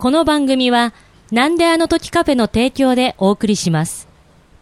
この番組はなんであの時カフェの提供でお送りします。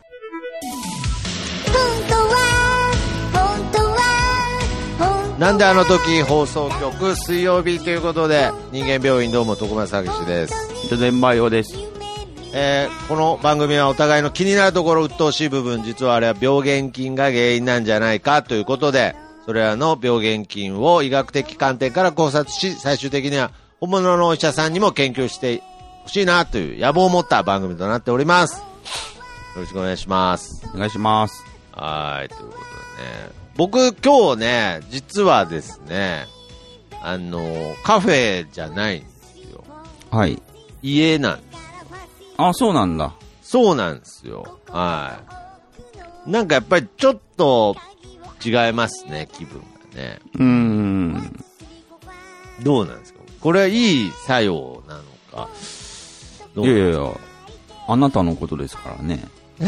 なんであの時放送局水曜日ということで、人間病院どうも徳松武史です。 全馬用です。 この番組はお互いの気になるところ、鬱陶しい部分、実はあれは病原菌が原因なんじゃないかということで、それらの病原菌を医学的観点から考察し、最終的には本物のお医者さんにも研究してほしいなという野望を持った番組となっております。よろしくお願いします。 お願いします。 はい、ということでね、僕今日ね、実はですね、カフェじゃないんですよ。 はい。 家なんです。 あ、そうなんだ。 そうなんですよ。はい。なんかやっぱりちょっと違いますね、気分がね。どうなんですか？これはいい作用なのか。 いやいやいや、あなたのことですからね。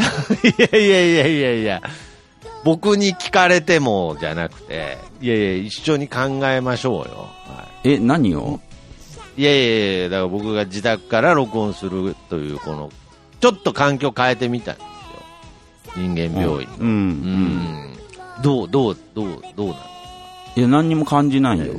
いや。僕に聞かれてもじゃなくて、いや一緒に考えましょうよ。はい、 何を？ いや、だから僕が自宅から録音するという、この、ちょっと環境変えてみたんですよ。人間病院の。どうなん？ いや、何にも感じないよ。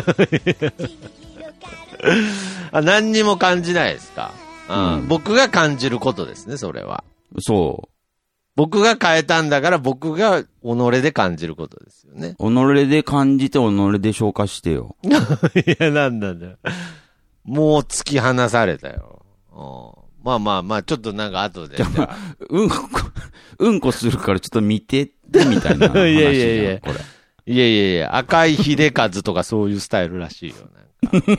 何にも感じないですか？僕が感じることですね、それは。 そう。 僕が変えたんだから、僕が己で感じることですよね。 己で感じて己で消化してよ。 いや、なんだ。もう突き放されたよ。まあ、ちょっとなんか後で。 うんこするからちょっと見てってみたいな話じゃん。 いや、これ。いや、赤い秀和とかそういうスタイルらしいよ、なんか。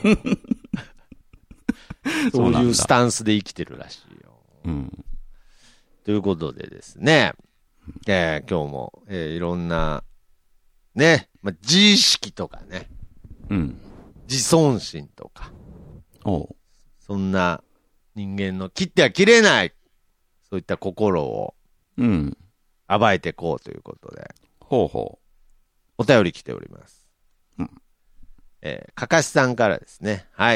そういうスタンスで生きてるらしいよ。ということでですね、今日も、いろんな、ね、自意識とかね、自尊心とか、そんな人間の切っては切れない、そういった心を、暴いていこうということで、お便り来ております。かかしさんからですね、はい、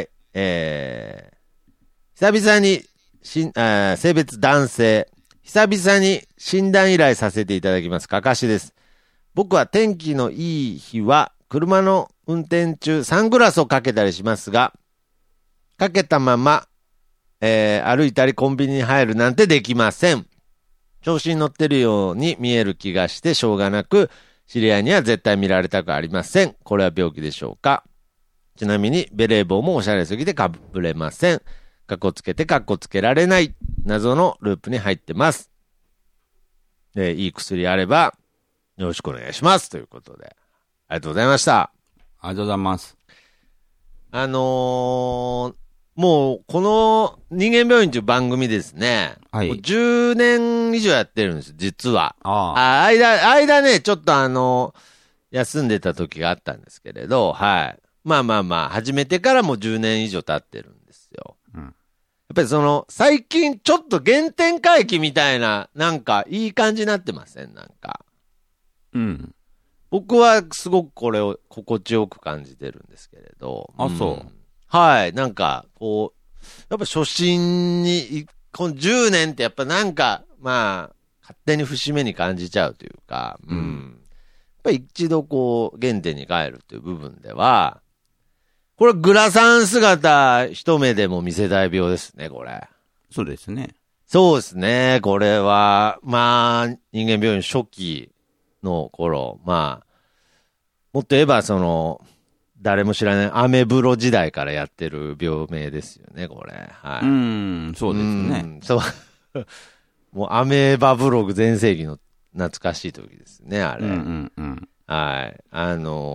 久々に性別男性、久々に診断依頼させていただきます。かかしです。僕は天気のいい日は車の運転中サングラスをかけたりしますが、かけたまま、歩いたりコンビニに入るなんてできません。調子に乗ってるように見える気がしてしょうがなく、知り合いには絶対見られたくありません。これは病気でしょうか？ちなみにベレー帽もおしゃれすぎてかぶれません。かっこつけてかっこつけられない謎のループに入ってます。いい薬あればよろしくお願いしますということで、ありがとうございました。 ありがとうございます。 もうこの人間病院という番組ですね、 はい、 もう10年以上やってるんです実は。間ねちょっと休んでた時があったんですけれど、はい、まあ始めてからもう10年以上経ってるんですよ。やっぱり最近ちょっと原点回帰みたいな、なんかいい感じになってません？なんか。僕はすごくこれを心地よく感じてるんですけれど。 そう。 はい。なんか、こう、やっぱ初心に、この10年ってやっぱなんか、勝手に節目に感じちゃうというか、やっぱり一度こう、原点に帰るという部分では、これグラサン姿一目でも見せたい病ですね、これ。 そうですね。 そうですね、これは、人間病院初期の頃、もっと言えば誰も知らないアメブロ時代からやってる病名ですよね、これ。はい。 そうですね。 そう。もうアメーバブログ全盛期の懐かしい時ですね、あれ。はい。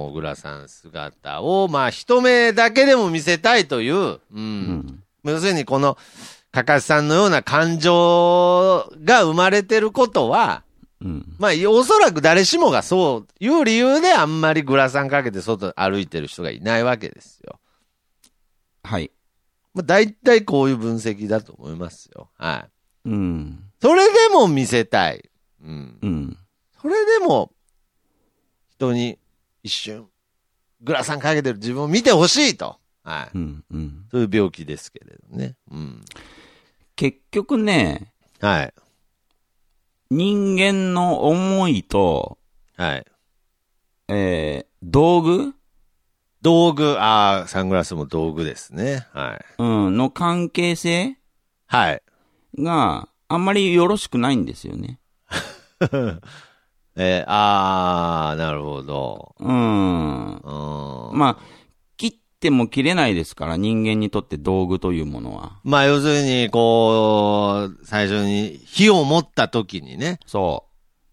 グラサン姿を、一目だけでも見せたいという、要するにこの、かかしさんのような感情が生まれてることは、おそらく誰しもがそういう理由であんまりグラサンかけて外歩いてる人がいないわけですよ。 はい。 大体こういう分析だと思いますよ。はい。それでも見せたい。それでも、人に一瞬、グラサンかけてる自分を見てほしいと。 はい。 うんうん。 そういう病気ですけれどね。うん。 結局ね、 はい。 人間の思いと、 はい。 道具道具、サングラスも道具ですね。はい。 の関係性はい。 があんまりよろしくないんですよね。 なるほど。 まあ、切っても切れないですから、人間にとって道具というものは。 まあ、要するに、最初に火を持った時にね、 そ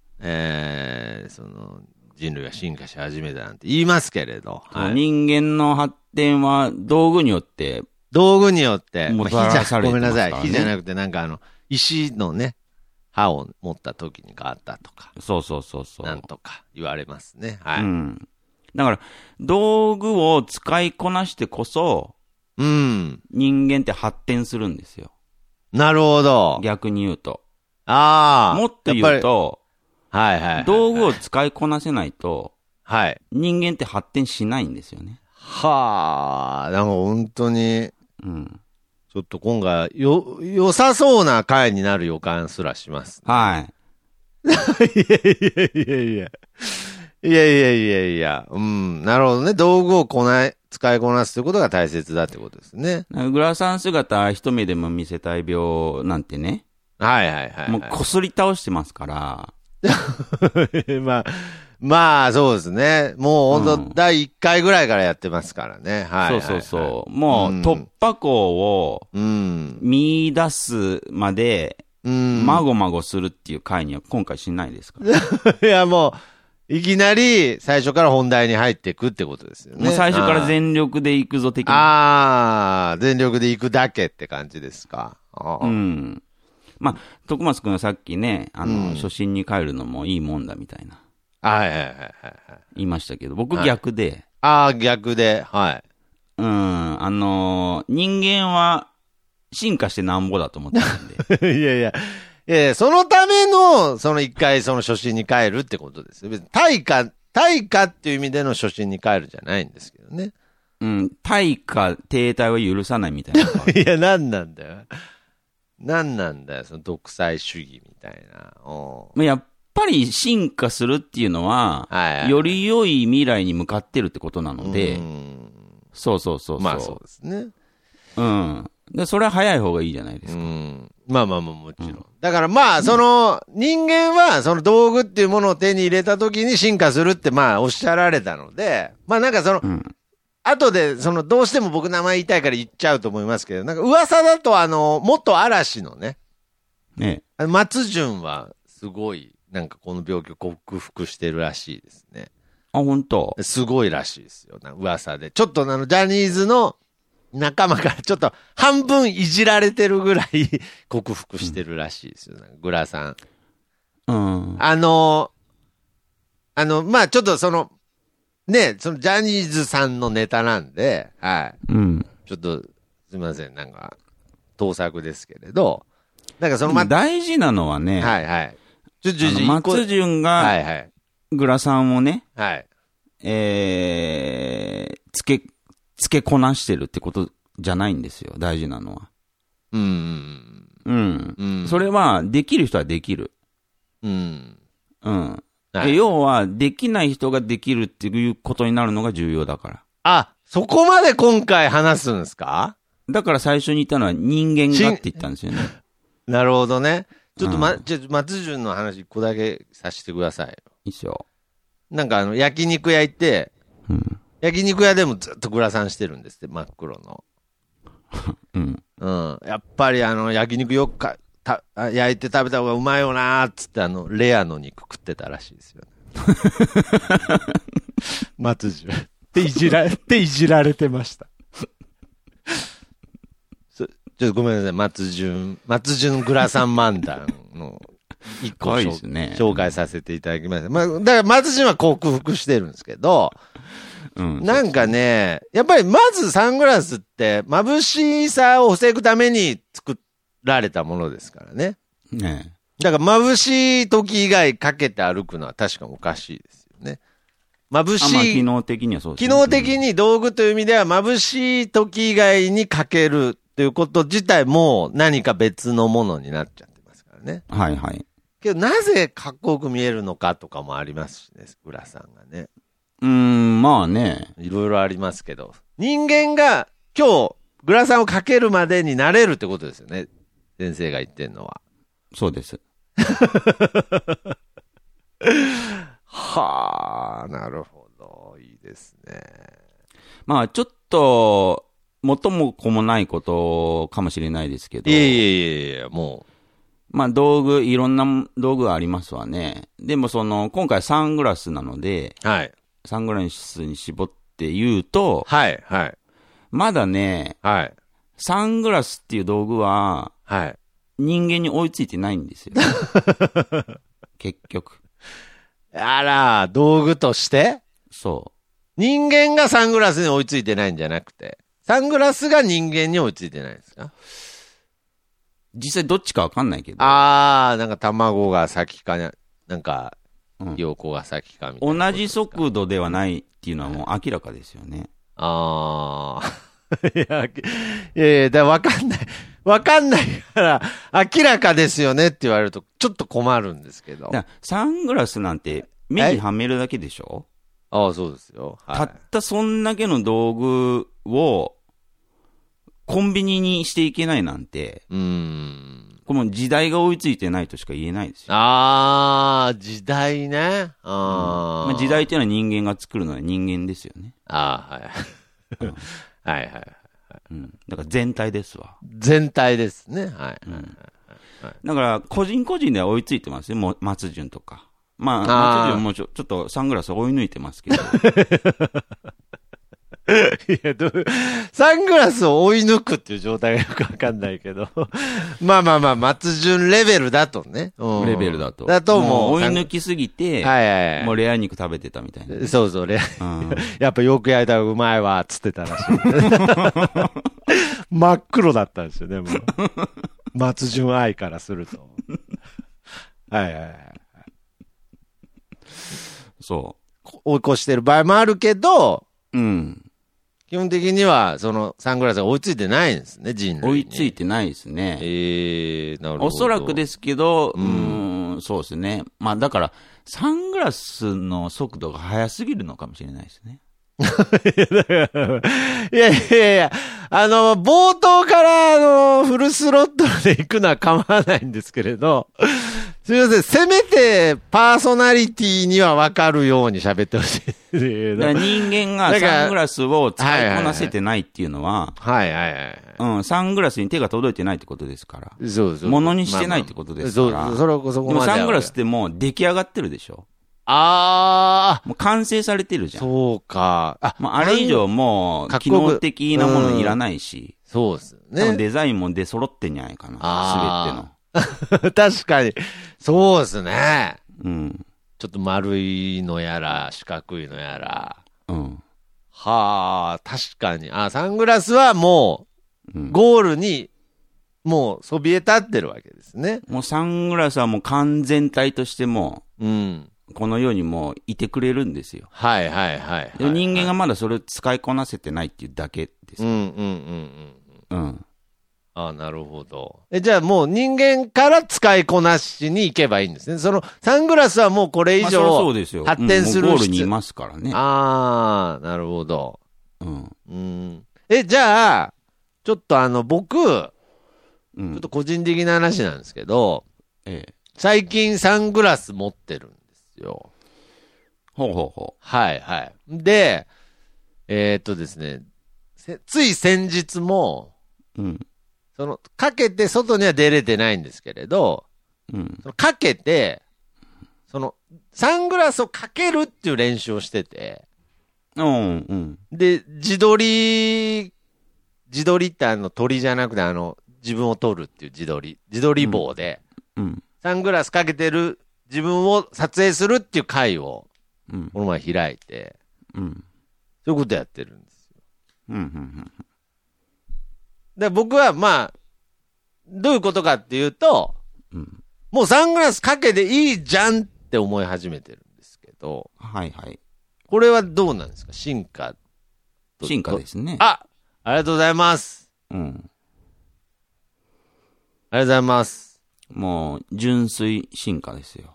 人類が進化し始めたなんて言いますけれど、 う。人間の発展は道具によって、 道具によって、 もたらされてごめんなさい。 ますからね火じゃなくて、石のね、刃を持った時に変わったとか、 そう。 なんとか言われますね。はい。 だから、道具を使いこなしてこそ、人間って発展するんですよ。 なるほど。 逆に言うと。 もっと言うと、道具を使いこなせないと、人間って発展しないんですよね。 はあ、なんか本当に、ちょっと今回、良さそうな回になる予感すらします、 ね。はい。 いや。なるほどね。道具を使いこなすということが大切だってことですね。 グラサン姿一目でも見せたい病なんてね。もうこすり倒してますから。 まあ、そうですね。もう本当、第1回ぐらいからやってますからね。 そう。もう、突破口を、見出すまで、まごまごするっていう回には今回しないですから。 いや、もう、いきなり最初から本題に入っていくってことですよね。 もう最初から全力で行くぞ的な。 全力で行くだけって感じですか。 まあ、徳松くんがさっきね、初心に帰るのもいいもんだみたいな。言いましたけど、僕逆で。 逆で、はい。 人間は進化してなんぼだと思ってるんで。いや、そのための、一回初心に帰るってことですよ。別に対価っていう意味での初心に帰るじゃないんですけどね。 対価停滞は許さないみたいな。 いや、なんなんだよ、その独裁主義みたいな。 やっぱり進化するっていうのは、より良い未来に向かってるってことなので、そう。 まあそうですね。 でそれは早い方がいいじゃないですか。 まあ、もちろん。だからまあ、人間は、その道具っていうものを手に入れた時に進化するってまあおっしゃられたので、まあ後で、どうしても僕名前言いたいから言っちゃうと思いますけど、噂だと元嵐のね、松潤はすごい、この病気を克服してるらしいですね。 本当？ すごいらしいですよ。噂で。ちょっとジャニーズの仲間からちょっと半分いじられてるぐらい克服してるらしいですよ。グラさん。まあちょっとね、ジャニーズさんのネタなんで、ちょっと、すみません、盗作ですけれど、 大事なのはね、松潤が、グラさんをね、つけこなしてるってことじゃないんですよ、大事なのは。それは、できる人はできる。要は、できない人ができるっていうことになるのが重要だから。 そこまで今回話すんですか？ だから最初に言ったのは人間がって言ったんですよね。 なるほどね。ちょっと松潤の話一個だけさせてくださいよ。 いいっすよ。 焼肉屋行って、焼肉屋でもずっとグラサンしてるんですって、真っ黒の。やっぱり焼肉よく焼いて食べた方がうまいよなーっつってレアの肉食ってたらしいですよね。松潤。っていじられてました。ちょっとごめんなさい、松潤グラサン漫談の一個紹介させていただきました。だから松潤は克服してるんですけど、やっぱりまずサングラスって眩しさを防ぐために作られたものですからね。だから眩しい時以外かけて歩くのは確かおかしいですよね。 眩しい。 機能的にはそうですね。 機能的に道具という意味では眩しい時以外にかけるということ自体も何か別のものになっちゃってますからね。 はいはい。 けどなぜかっこよく見えるのかとかもありますしね、グラさんがね。 まあね。 いろいろありますけど。人間が今日グラさんをかけるまでになれるってことですよね。先生が言ってんのは。 そうです。 はあ、なるほど。いいですね。 まあ、ちょっと、元も子もないことかもしれないですけど。 いえ、もう。まあ、いろんな道具がありますわね。でも今回サングラスなので、 はい。 サングラスに絞って言うと、 はい、はい。 まだね、 はい。 サングラスっていう道具は、 はい。 人間に追いついてないんですよ。結局。 あら、道具としてそう。 人間がサングラスに追いついてないんじゃなくて、サングラスが人間に追いついてないんですか？ 実際どっちかわかんないけど。 なんか卵が先か、なんか、ひよこが先かみたいな。 同じ速度ではないっていうのはもう明らかですよね。 いや、わかんない。わかんないから、明らかですよねって言われると、ちょっと困るんですけど。 サングラスなんて目にはめるだけでしょ？ そうですよ。はい、 たったそんだけの道具を、コンビニにしていけないなんて、この時代が追いついてないとしか言えないですよ。 時代ね。 まあ、時代っていうのは人間が作るのは人間ですよね。 はい。はい。 だから全体ですわ。 全体ですね。はい。 だから、個人個人では追いついてますよ。もう、松潤とか。まあ、松潤もちょっとサングラス追い抜いてますけど。 いや、サングラスを追い抜くっていう状態がよくわかんないけど。まあ、松潤レベルだとね。 レベルだと。 もう追い抜きすぎて、もうレア肉食べてたみたいな。 そう、やっぱよく焼いたらうまいわ、つってたらしい。真っ黒だったんですよね、もう。松潤愛からすると。はい。 そう。 追い越してる場合もあるけど、基本的には、サングラスが追いついてないんですね、人類に。 追いついてないですね。 なるほど。 おそらくですけど、そうですね。まあ、だから、サングラスの速度が速すぎるのかもしれないですね。 いや、冒頭からフルスロットルで行くのは構わないんですけれど、すみません、せめてパーソナリティには分かるように喋ってほしい。 だから人間がサングラスを使いこなせてないっていうのは、サングラスに手が届いてないってことですから。 そう。 物にしてないってことですから。 そこまで。 でもサングラスってもう出来上がってるでしょ。もう完成されてるじゃん。 そうか。 あれ以上もう、機能的なものいらないし。 そうですね。 多分デザインも出揃ってんじゃないかな。 すべての。確かに。そうですね。 ちょっと丸いのやら、四角いのやら。確かに。サングラスはもう、ゴールに、もうそびえ立ってるわけですね。 もうサングラスはもう完全体としても、この世にもういてくれるんですよ。 はい。 でも人間がまだそれを使いこなせてないっていうだけですよ。 なるほど。じゃあもう人間から使いこなしに行けばいいんですね。サングラスはもうこれ以上発展するゴールにいますからね。 なるほど。じゃあ、ちょっと僕、ちょっと個人的な話なんですけど、最近サングラス持ってるんですよ。はい。で、ですね、つい先日も、かけて外には出れてないんですけれど、かけて、サングラスをかけるっていう練習をしてて、で、自撮りって鳥じゃなくて自分を撮るっていう自撮り棒で、サングラスかけてる自分を撮影するっていう会を、この前開いて、そういうことやってるんですよ。で僕はどういうことかっていうと、もうサングラスかけていいじゃんって思い始めてるんですけど、 これはどうなんですか？進化ですね。 ありがとうございます。 うん。ありがとうございます。 もう、純粋進化ですよ。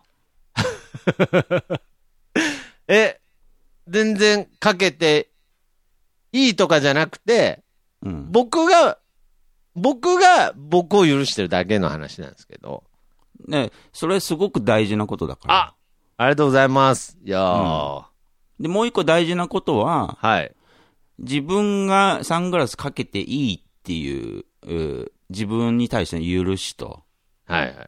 全然かけていいとかじゃなくて、 うん、 僕が僕を許してるだけの話なんですけど。 ね、それすごく大事なことだから。 ありがとうございます。いやー、 で、もう一個大事なことは、 はい。 自分がサングラスかけていいっていう、自分に対しての許しと、 はいはいはい。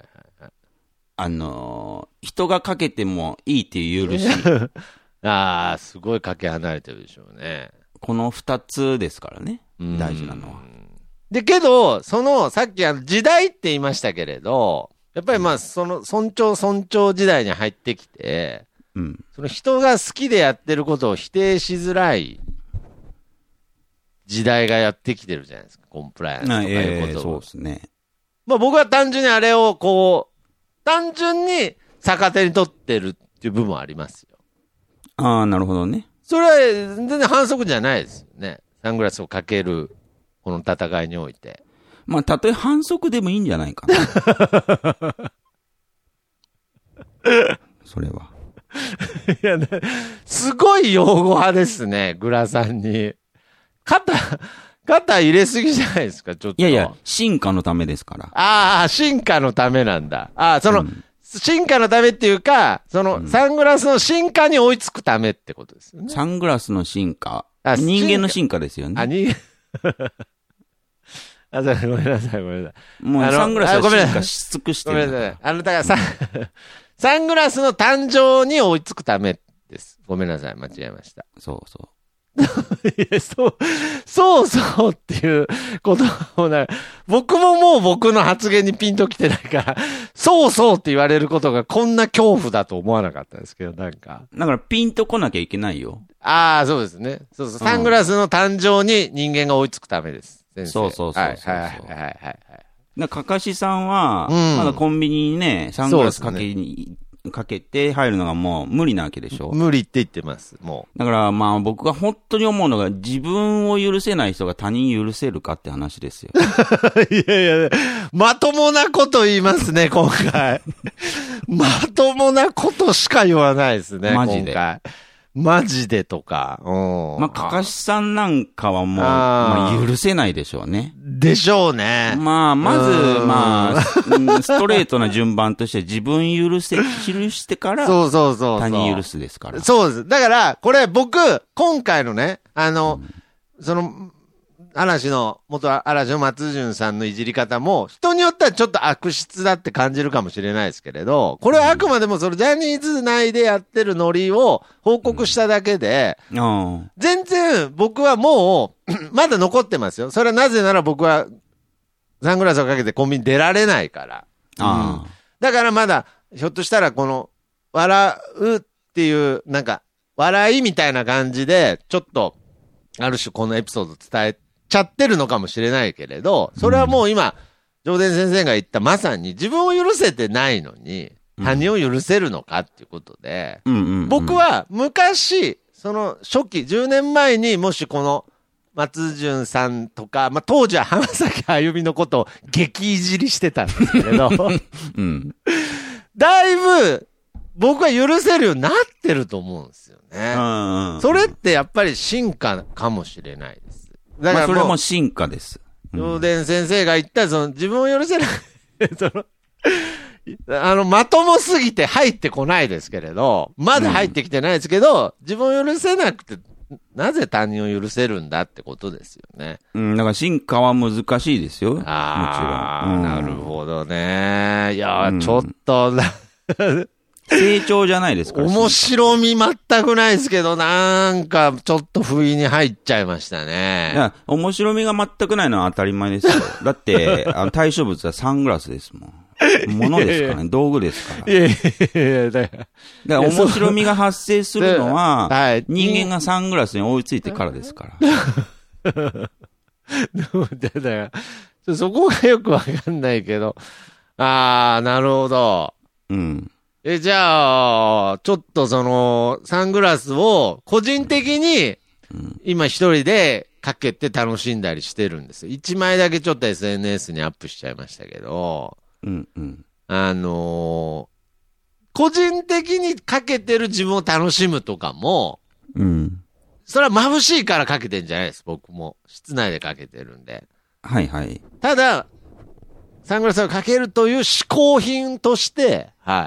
人がかけてもいいっていう許し。 すごいかけ離れてるでしょうね。 この二つですからね。大事なのは。 で、けど、さっき時代って言いましたけれど、やっぱりその尊重時代に入ってきて、 うん。 その人が好きでやってることを否定しづらい時代がやってきてるじゃないですか。コンプライアンスとかいうことそうですね。 僕は単純にあれを単純に逆手に取ってるっていう部分はありますよ。 なるほどね。 それは全然反則じゃないですよね。サングラスをかける、この戦いにおいて。 たとえ反則でもいいんじゃないかな。それは。 いや、すごい用語派ですね、グラさんに。肩入れすぎじゃないですか、ちょっと。 いや、進化のためですから。 進化のためなんだ。進化のためっていうか、サングラスの進化に追いつくためってことですよね。 サングラスの進化。人間の進化ですよね。 人間。ごめんなさい。 もうサングラスは進化し尽くしてる。 ごめんなさい。だからサングラスの誕生に追いつくためです。ごめんなさい。間違えました。 そうそう。 いや、そうっていうことを僕ももう僕の発言にピンときてないから、そうって言われることがこんな恐怖だと思わなかったですけど、だからピンとこなきゃいけないよ。 そうですね。サングラスの誕生に人間が追いつくためです。先生。 そう。 はい。 かかしさんは、まだコンビニにね、サングラスかけて入るのがもう無理なわけでしょ。 無理って言ってます、もう。だから僕が本当に思うのが、自分を許せない人が他人許せるかって話ですよ。 いや、まともなこと言いますね、今回。まともなことしか言わないですね、 マジで。 今回。マジでとか。 かかしさんなんかはもう、許せないでしょうね。 でしょうね。 まず、ストレートな順番として自分許してから、 そう。 他人許すですから。 そうです。だから、これ僕、今回のね、元嵐の松潤さんのいじり方も、人によってはちょっと悪質だって感じるかもしれないですけれど、これはあくまでもジャニーズ内でやってるノリを報告しただけで、全然僕はもう、まだ残ってますよ。それはなぜなら僕は、サングラスをかけてコンビニ出られないから。だからまだ、ひょっとしたら笑うっていう、笑いみたいな感じで、ちょっと、ある種このエピソード伝えちゃってるのかもしれないけれど、それはもう今、上田先生が言ったまさに自分を許せてないのに、他人を許せるのかっていうことで、僕は昔、初期、10年前にもしこの松潤さんとか、当時は浜崎あゆみのことを激いじりしてたんですけれど、だいぶ僕は許せるようになってると思うんですよね。それってやっぱり進化かもしれないです。 だからそれも進化です。 上田先生が言った自分を許せないまともすぎて入ってこないですけれど、まだ入ってきてないですけど、自分を許せなくて、なぜ他人を許せるんだってことですよね。 だから進化は難しいですよ。もちろん。 なるほどね。いや、ちょっと、 成長じゃないですか。 面白み全くないですけど、ちょっと不意に入っちゃいましたね。 いや、面白みが全くないのは当たり前ですよ。だって、対象物はサングラスですもん。ものですからね。道具ですから。だから面白みが発生するのは、人間がサングラスに追いついてからですから。 そこがよくわかんないけど。なるほど。 じゃあ、ちょっとサングラスを個人的に、今一人でかけて楽しんだりしてるんですよ。一枚だけちょっと SNS にアップしちゃいましたけど、個人的にかけてる自分を楽しむとかも、それは眩しいからかけてんじゃないです。僕も。室内でかけてるんで。 はいはい。 ただ、サングラスをかけるという嗜好品として、はい。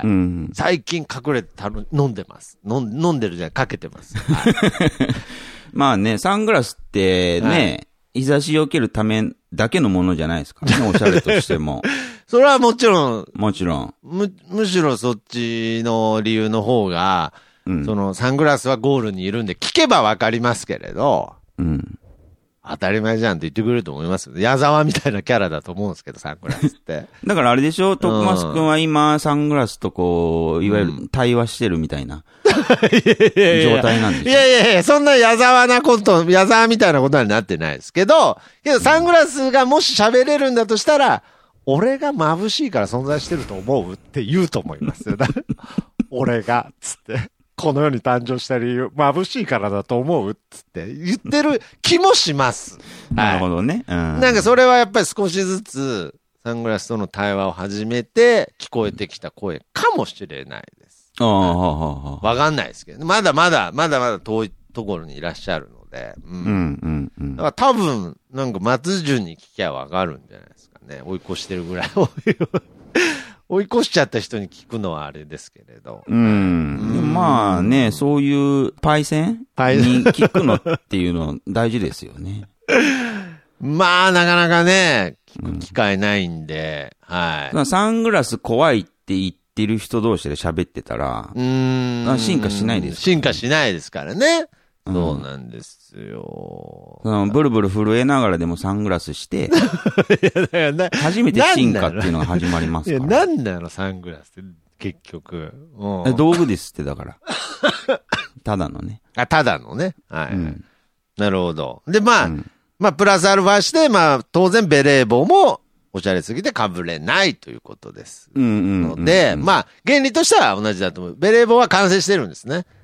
最近隠れて飲んでます。飲んでるじゃない、かけてます。はい、 まあね、サングラスってね、日差しを受けるためだけのものじゃないですかね、おしゃれとしても。 それはもちろん。 もちろん。 むしろそっちの理由の方が、サングラスはゴールにいるんで、聞けばわかりますけれど、当たり前じゃんって言ってくれると思いますよ。矢沢みたいなキャラだと思うんですけど、サングラスって。 だからあれでしょ、徳松くんは今、サングラスとこう、いわゆる対話してるみたいな、状態なんでしょ。 いや、そんな矢沢みたいなことはなってないですけど、サングラスがもし喋れるんだとしたら、俺が眩しいから存在してると思うって言うと思いますよ。俺が、つって。この世に誕生した理由、眩しいからだと思うつって言ってる気もします。 なるほどね。 なんかそれはやっぱり少しずつサングラスとの対話を始めて聞こえてきた声かもしれないです。わかんないですけど、まだまだ遠いところにいらっしゃるので。だから多分、なんか松潤に聞きゃわかるんじゃないですかね。追い越してるぐらい。追い越しちゃった人に聞くのはあれですけれど。 まあね、そういうパイセンに聞くのっていうの大事ですよね。 まあ、なかなかね、聞く機会ないんで、はい。 サングラス怖いって言ってる人同士で喋ってたら、進化しないです、ね。 進化しないですからね。そうなんですよ。 ブルブル震えながらでもサングラスして、初めて進化っていうのが始まりますから。 なんなのサングラスって、結局。 道具ですってだから。ただのね。 ただのね。はい。なるほど。で、まあ、プラスアルファして、まあ、当然ベレー帽も、おしゃれすぎて被れないということです。ので、まあ、原理としては同じだと思う。ベレー帽は完成してるんですね。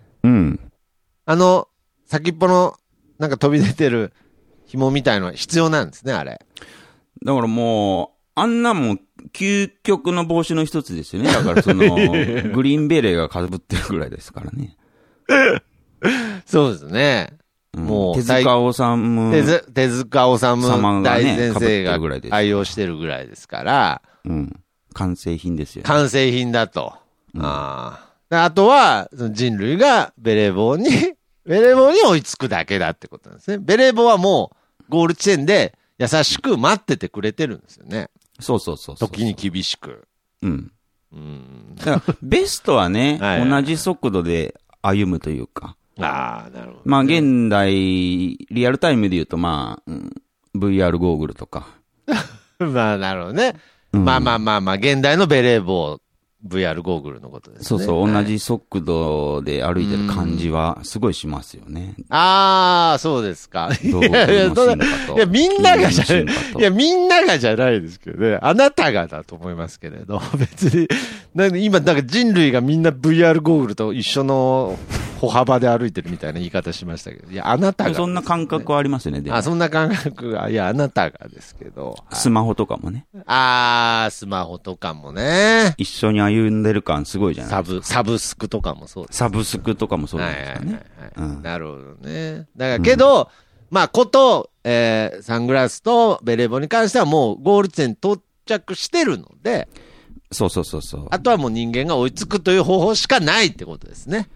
先っぽの、なんか飛び出てる紐みたいのは必要なんですね、あれ。 だからもう、あんなもん、究極の帽子の一つですよね。だからグリーンベレーが被ってるぐらいですからね。 そうですね。もう、 手塚治虫。 手塚治虫大先生が愛用してるぐらいですから。 完成品ですよね。 完成品だと。あとは、人類がベレー帽に追いつくだけだってことなんですね。ベレー帽はもうゴール地点で優しく待っててくれてるんですよね。 そう。 時に厳しく。 だからベストはね、同じ速度で歩むというか。 なるほど、ね。 まあ現代、リアルタイムで言うとまあ、VR ゴーグルとか。 まあなるほどね。まあ、現代のベレー帽。VR ゴーグルのことですね。 そう、同じ速度で歩いてる感じはすごいしますよね。 そうですか。いや、みんながじゃないですけどね。あなたがだと思いますけれど、別に、今、なんか人類がみんな VR ゴーグルと一緒の歩幅で歩いてるみたいな言い方しましたけど、いや、あなたが、 そんな感覚はありますよね、でも。 そんな感覚が、いや、あなたがですけど。 スマホとかもね。 スマホとかもね。 一緒に歩んでる感すごいじゃないですか。 サブスクとかもそうです。 サブスクとかもそうですかね。 なるほどね。だからけど、まあ、サングラスとベレー帽に関してはもうゴール地点に到着してるので、 そう。 あとはもう人間が追いつくという方法しかないってことですね。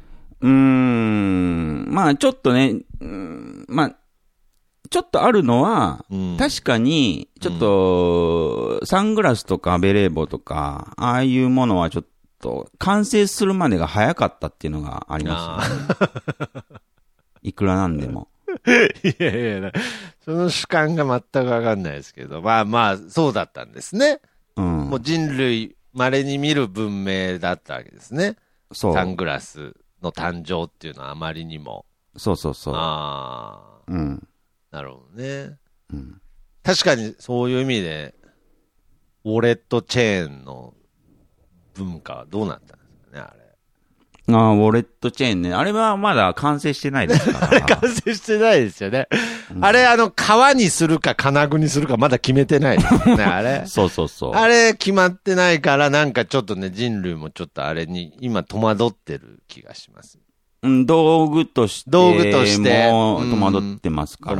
まあちょっとね、まあ、ちょっとあるのは、確かに、ちょっと、サングラスとかベレー帽とか、ああいうものはちょっと、完成するまでが早かったっていうのがありますよね。いくらなんでも。 いや、その主観が全くわかんないですけど、まあ、そうだったんですね。もう人類、稀に見る文明だったわけですね。サングラスの誕生っていうのはあまりにも。 そう。 なるほどね。確かにそういう意味で、ウォレットチェーンの文化はどうなったんですかね、あれ。 ウォレットチェーンね。あれはまだ完成してないですから。 あれ完成してないですよね。あれ革にするか金具にするかまだ決めてないですよね、あれ。 そうそうそう。 あれ決まってないからなんかちょっとね、人類もちょっとあれに今戸惑ってる気がします。 道具としても戸惑ってますから。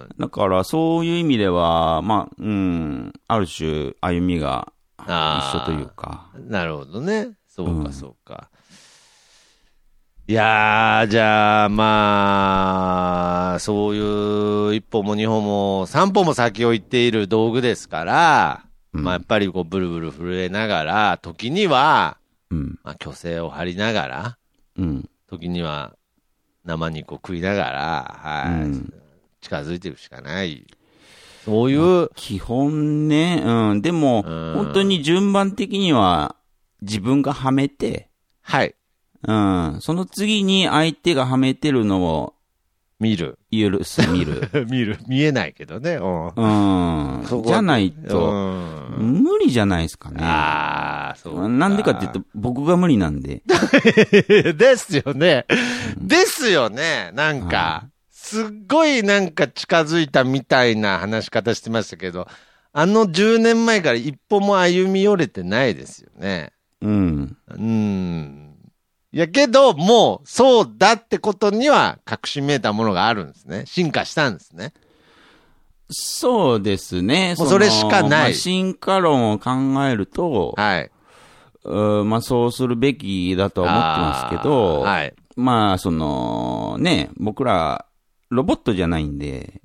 だからそういう意味では、まあ、ある種歩みが一緒というか。 なるほどね。そうか、そうか。いやー、じゃあ、まあ、そういう一歩も二歩も三歩も先を行っている道具ですから、まあやっぱりこうブルブル震えながら、時には、まあ虚勢を張りながら、時には生肉を食いながら、はい、近づいていくしかない。そういう、まあ、 基本ね、でも、本当に順番的には自分がはめて、 はい。 その次に相手がはめてるのを見る。 見る。 見えないけどね。 じゃないと、無理じゃないですかね。 そうか。 なんでかって言うと、僕が無理なんで。 ですよね。ですよね。なんか、すっごいなんか近づいたみたいな話し方してましたけど、10年前から一歩も歩み寄れてないですよね。いやけど、もう、そうだってことには確信めいたものがあるんですね。進化したんですね。 そうですね。 もうそれしかない。まあ、 進化論を考えると、 はい。 まあ、そうするべきだとは思ってますけど、 はい。 まあ、ね、僕ら、ロボットじゃないんで、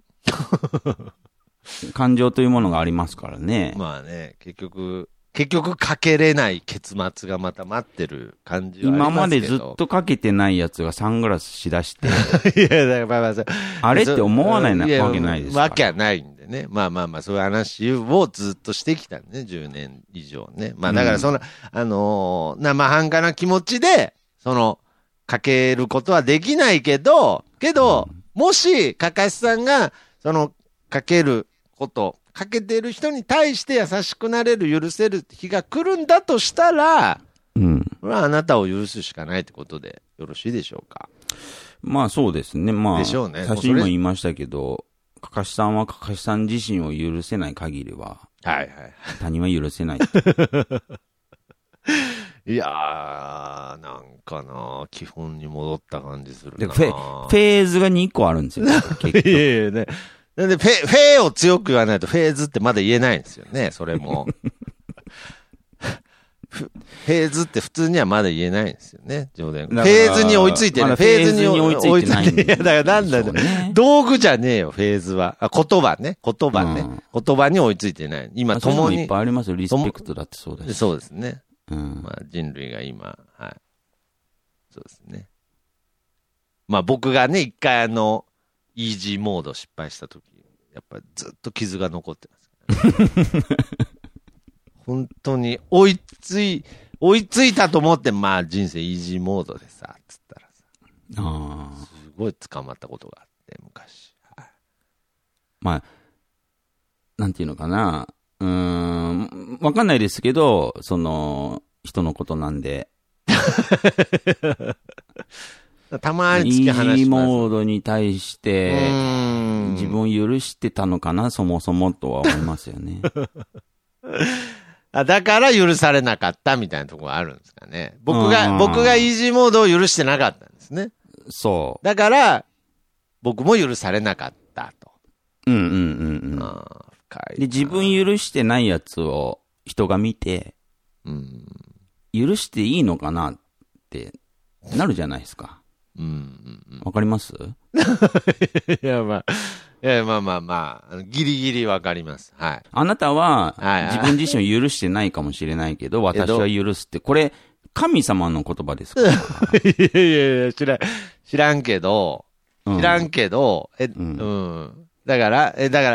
感情というものがありますからね。 まあね、結局かけれない結末がまた待ってる感じはありますけど。 今までずっとかけてないやつがサングラスしだして。 いや、だからまああれって思わないわけないですから。 わけはないんでね。まあ、そういう話をずっとしてきたんね。10年以上ね。まあだから生半可な気持ちで、かけることはできないけど、もし、かかしさんが、かけること、かけてる人に対して優しくなれる、許せる日が来るんだとしたら、これはあなたを許すしかないってことでよろしいでしょうか。 まあそうですね。まあ、 でしょうね。 最初にも言いましたけど、かかしさんはかかしさん自身を許せない限りは、他人は許せない。 いやー、なんかな、基本に戻った感じするな。 フェーズが2個あるんですよ。結局。 いやね。なんで、フェーを強く言わないとフェーズってまだ言えないんですよね、それも。フェーズって普通にはまだ言えないんですよね、上田。フェーズに追いついてない。フェーズに追いついてない。いや、だからなんだろう、道具じゃねえよ、フェーズは。言葉ね。言葉に追いついてない。今、共に。 いっぱいありますよ、リスペクトだってそうです。 そうですね。まあ、人類が今、はい。そうですね。まあ、僕がね、一回イージーモード失敗したとき、やっぱりずっと傷が残ってますから、ね。本当に追いついたと思って、まあ人生イージーモードでさ、つったらさ。すごい捕まったことがあって、昔。はい、 まあ、なんていうのかな。わかんないですけど、人のことなんで。 たまに突き放します。 イージーモードに対して、自分を許してたのかな、そもそもとは思いますよね。 だから許されなかったみたいなところがあるんですかね。僕がイージーモードを許してなかったんですね。 そう。 だから、僕も許されなかったと。 深い。で、自分許してないやつを人が見て、許していいのかなってなるじゃないですか。わかります？ いや、まあ、ギリギリわかります。はい。 あなたは、自分自身を許してないかもしれないけど、私は許すって、これ、神様の言葉ですか？ いや、知らんけど、だから、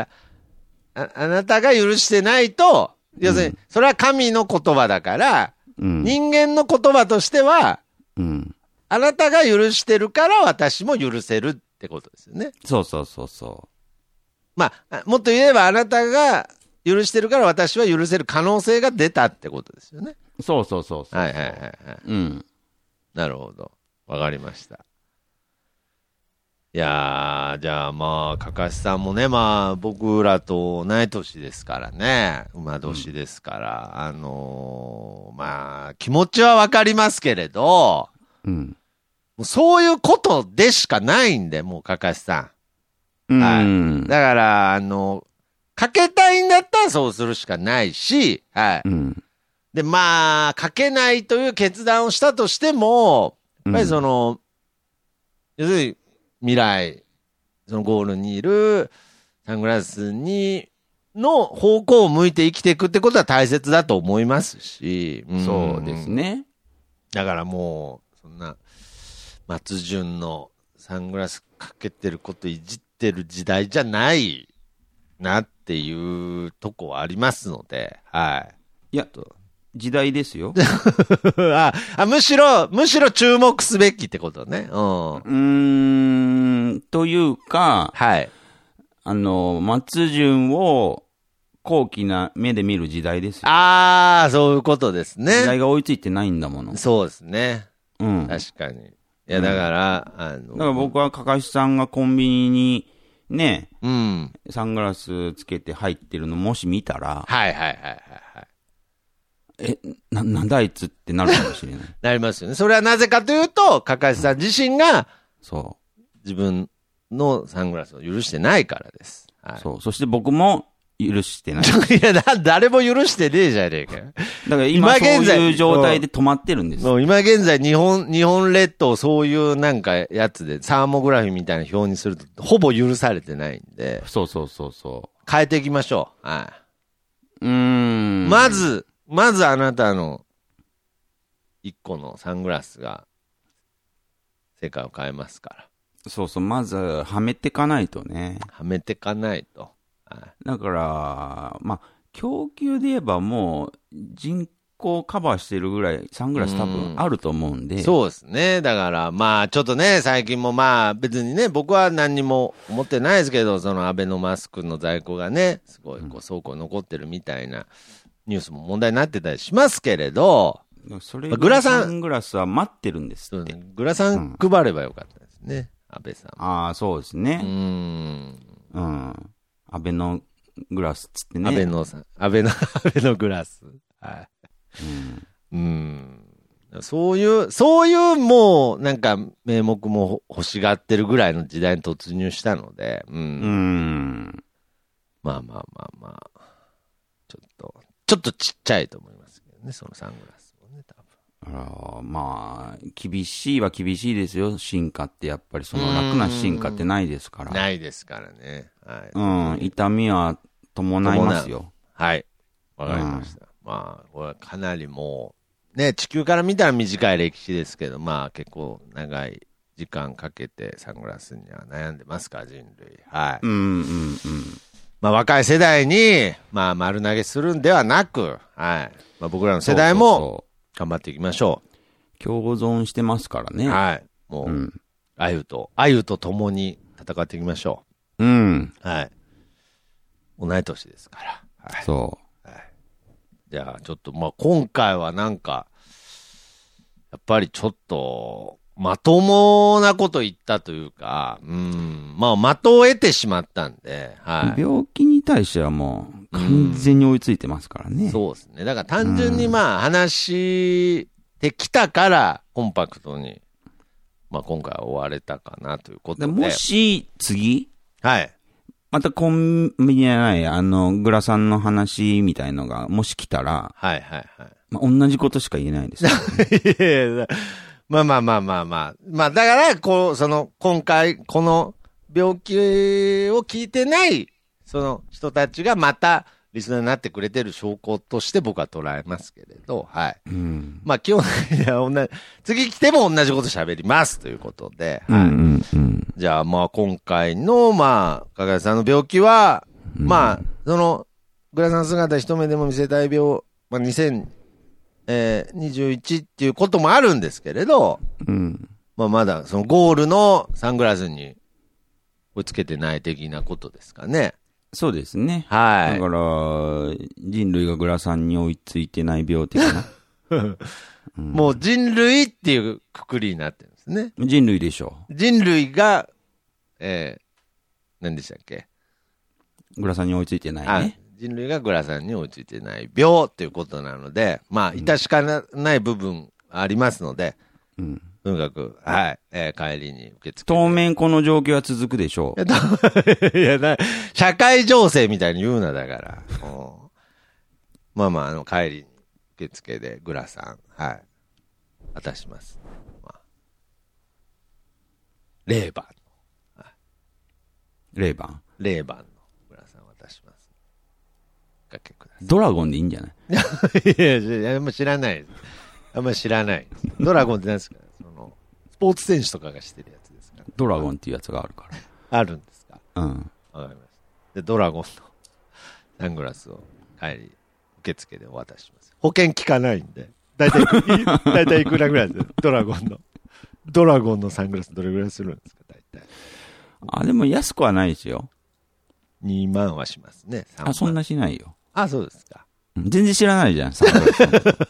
あなたが許してないと、要するに、それは神の言葉だから、人間の言葉としては、あなたが許してるから私も許せるってことですよね。 そう。 まあ、もっと言えばあなたが許してるから私は許せる可能性が出たってことですよね。 そうそうそうそう。 はいはいはいはい。 うん。 なるほど。わかりました。いやー、じゃあまあ、かかしさんもね、まあ、僕らと同い年ですからね、馬年ですから、まあ、気持ちはわかりますけれど、 うん。 もうそういうことでしかないんで、もうかかしさん。はい。だから、かけたいんだったらそうするしかないし、はい。 うん。 で、まあ、かけないという決断をしたとしても、やっぱりその、要するに、未来、そのゴールにいるサングラスの方向を向いて生きていくってことは大切だと思いますし。 そうですね。 だからもう、そんな、松潤のサングラスかけてることいじってる時代じゃないなっていうとこはありますので、はい。 いや、時代ですよ。 むしろ注目すべきってことね。 というか、 はい。 松潤を高貴な目で見る時代ですよ。 そういうことですね。 時代が追いついてないんだもの。 そうですね。 うん。 確かに。いや、だから、 だから僕はかかしさんがコンビニに、ね、 うん。 サングラスつけて入ってるのもし見たら、 はいはいはいはい。 なんだあいつってなるかもしれない。 なりますよね。それはなぜかというと、かかしさん自身が、 そう。 自分のサングラスを許してないからです。はい、 そう。そして僕も許してない。 いや、誰も許してねえじゃねえかよ。 だから今そういう状態で止まってるんですよ。 今現在日本列島そういうなんかやつでサーモグラフィーみたいな表にするとほぼ許されてないんで。 そうそうそうそう。 変えていきましょう。はい。まずあなたの一個のサングラスが世界を変えますから。 そうそう、まずはめてかないとね。 はめてかないと。はい、 だから、まあ、供給で言えばもう人口カバーしてるぐらいサングラス多分あると思うんで。 そうですね。だからまあちょっとね、最近もまあ別にね、僕は何にも思ってないですけど、そのアベノマスクの在庫がね、すごいこう倉庫に残ってるみたいなニュースも問題になってたりしますけれど、 それグラサングラスは待ってるんですって。 グラサン配ればよかったですね、安倍さん。 そうですね。安倍のグラスっつってね。 安倍のグラス。はい。そういうもう、なんか、名目も欲しがってるぐらいの時代に突入したので、まあ。ちょっとちっちゃいと思いますけどね、そのサングラスもね、多分。 まあ、厳しいは厳しいですよ、進化って。やっぱりその楽な進化ってないですから。 ないですからね。はい。 痛みは伴いますよ。 はい。わかりました。まあ、これはかなりもう、ね、地球から見たら短い歴史ですけど、まあ結構長い時間かけてサングラスには悩んでますから、人類。はい。まあ若い世代に、まあ丸投げするんではなく、はい。まあ僕らの世代も頑張っていきましょう。 共存してますからね。 はい。もう、あゆと共に戦っていきましょう。はい。同い年ですから。 はい、そう。はい。 じゃあちょっと、まあ今回はなんか、やっぱりちょっと、まともなこと言ったというか、まあ的を得てしまったんで、はい。 病気に対してはもう完全に追いついてますからね。 そうですね。だから単純にまあ話してきたからコンパクトに、まあ今回は終われたかなということで。 もし次、 はい。 またコンビニじゃない、グラさんの話みたいのがもし来たら、 はい。 まあ同じことしか言えないです、ね。 まあ。まあ、だから、今回、この病気を聞いてない、その人たちがまた、リスナーになってくれてる証拠として僕は捉えますけれど、はい。まあ、基本的には次来ても同じこと喋りますということで、はい。じゃあ、まあ、今回の、まあ、かがやさんの病気は、まあ、グラサン姿一目でも見せたい病、まあ、21っていうこともあるんですけれど、まあまだそのゴールのサングラスに追いつけてない的なことですかね。 そうですね。 はい。 だから、人類がグラサンに追いついてない病的な。 もう人類っていうくくりになってるんですね。 人類でしょう。人類が、何でしたっけ？ グラサンに追いついてないね。 人類がグラサンに追いついてない病っていうことなので、まあ、致し方ない部分ありますので、とにかく、はい、帰りに受け付け。 当面この状況は続くでしょう。 いや、社会情勢みたいに言うな、だから。まあ、帰りに受付でグラサン、はい、渡します。まあ、レーバン。はい、 レーバンのグラサン渡します。かけください。 ドラゴンでいいんじゃない？ いや、あんま知らない。ドラゴンって何ですか？スポーツ選手とかがしてるやつですか？ ドラゴンっていうやつがあるから。 あるんですか？ うん。 わかりました。で、ドラゴンのサングラスを帰り、受付でお渡しします。保険効かないんで、だいたいいくらぐらいですドラゴンのサングラスどれぐらいするんですか？だいたい。 でも安くはないですよ。 2万はしますね。3万。 そんなしないよ。 そうですか。 全然知らないじゃん、サングラス。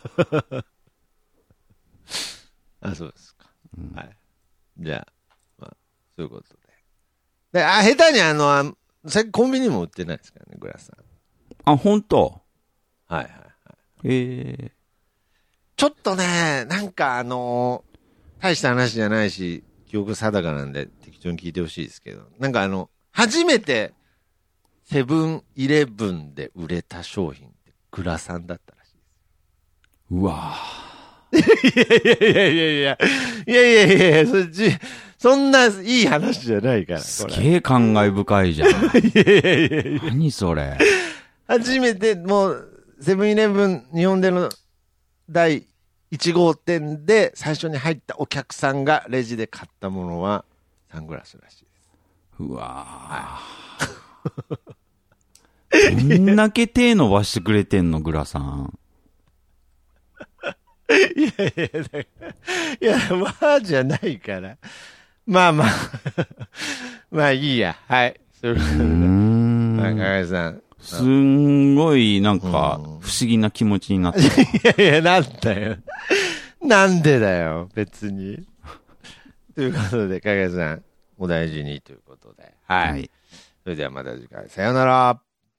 そうですか。はい。じゃあ、まあ、そういうことで。で、下手にさっきコンビニも売ってないですからね、グラサン。 本当？ はいはいはい。ちょっとね、なんか大した話じゃないし、記憶定かなんで適当に聞いてほしいですけど、なんか初めてセブンイレブンで売れた商品ってグラサンだったらしいです。 うわいや、そんないい話じゃないから。 すげえ感慨深いじゃん。何それ。 初めてもう、セブンイレブン日本での第1号店で最初に入ったお客さんがレジで買ったものはサングラスらしいです。 うわどんだけ手伸ばしてくれてんの、グラさん。 いや、まあじゃないから。まあ、まあいいや。はい。それまあ、加賀さん。 すんごい、なんか、不思議な気持ちになって。 いや、なんだよ。なんでだよ、別に。ということで、加賀さん、お大事にということで。はい。それではまた次回、さよなら。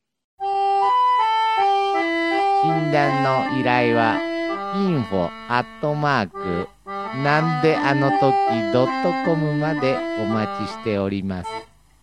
診断の依頼は、info@ なんであの時.com までお待ちしております。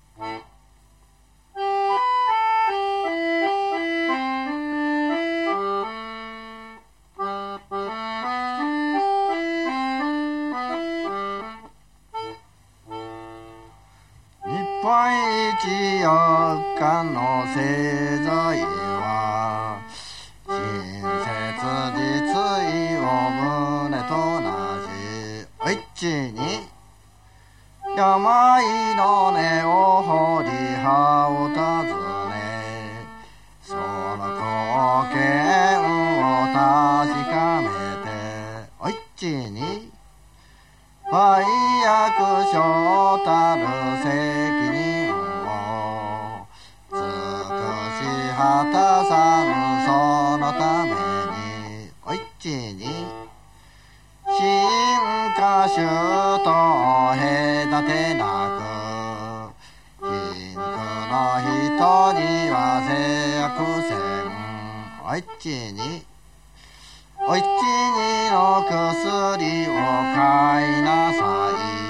日本一4日の製材は親切実意を胸と同じお一に病の根を掘り葉を尋ねその貢献を確かめてお一に売約所たる責任を尽くし果たさぬそのためにお一に新歌手と隔てなく貧苦の人には制約せんお一にお一にの薬を買いなさい